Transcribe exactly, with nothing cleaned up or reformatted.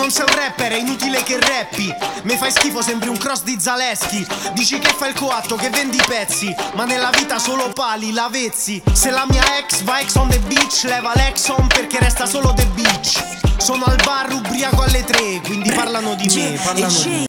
non sei un rapper, è inutile che rappi. Mi fai schifo, sembri un cross di Zaleschi. Dici che fai il coatto, che vendi i pezzi, ma nella vita solo pali, lavezzi. Se la mia ex va ex on the beach, leva l'exon perché resta solo the beach. Sono al bar ubriaco alle tre, quindi parlano di me, parlano di me.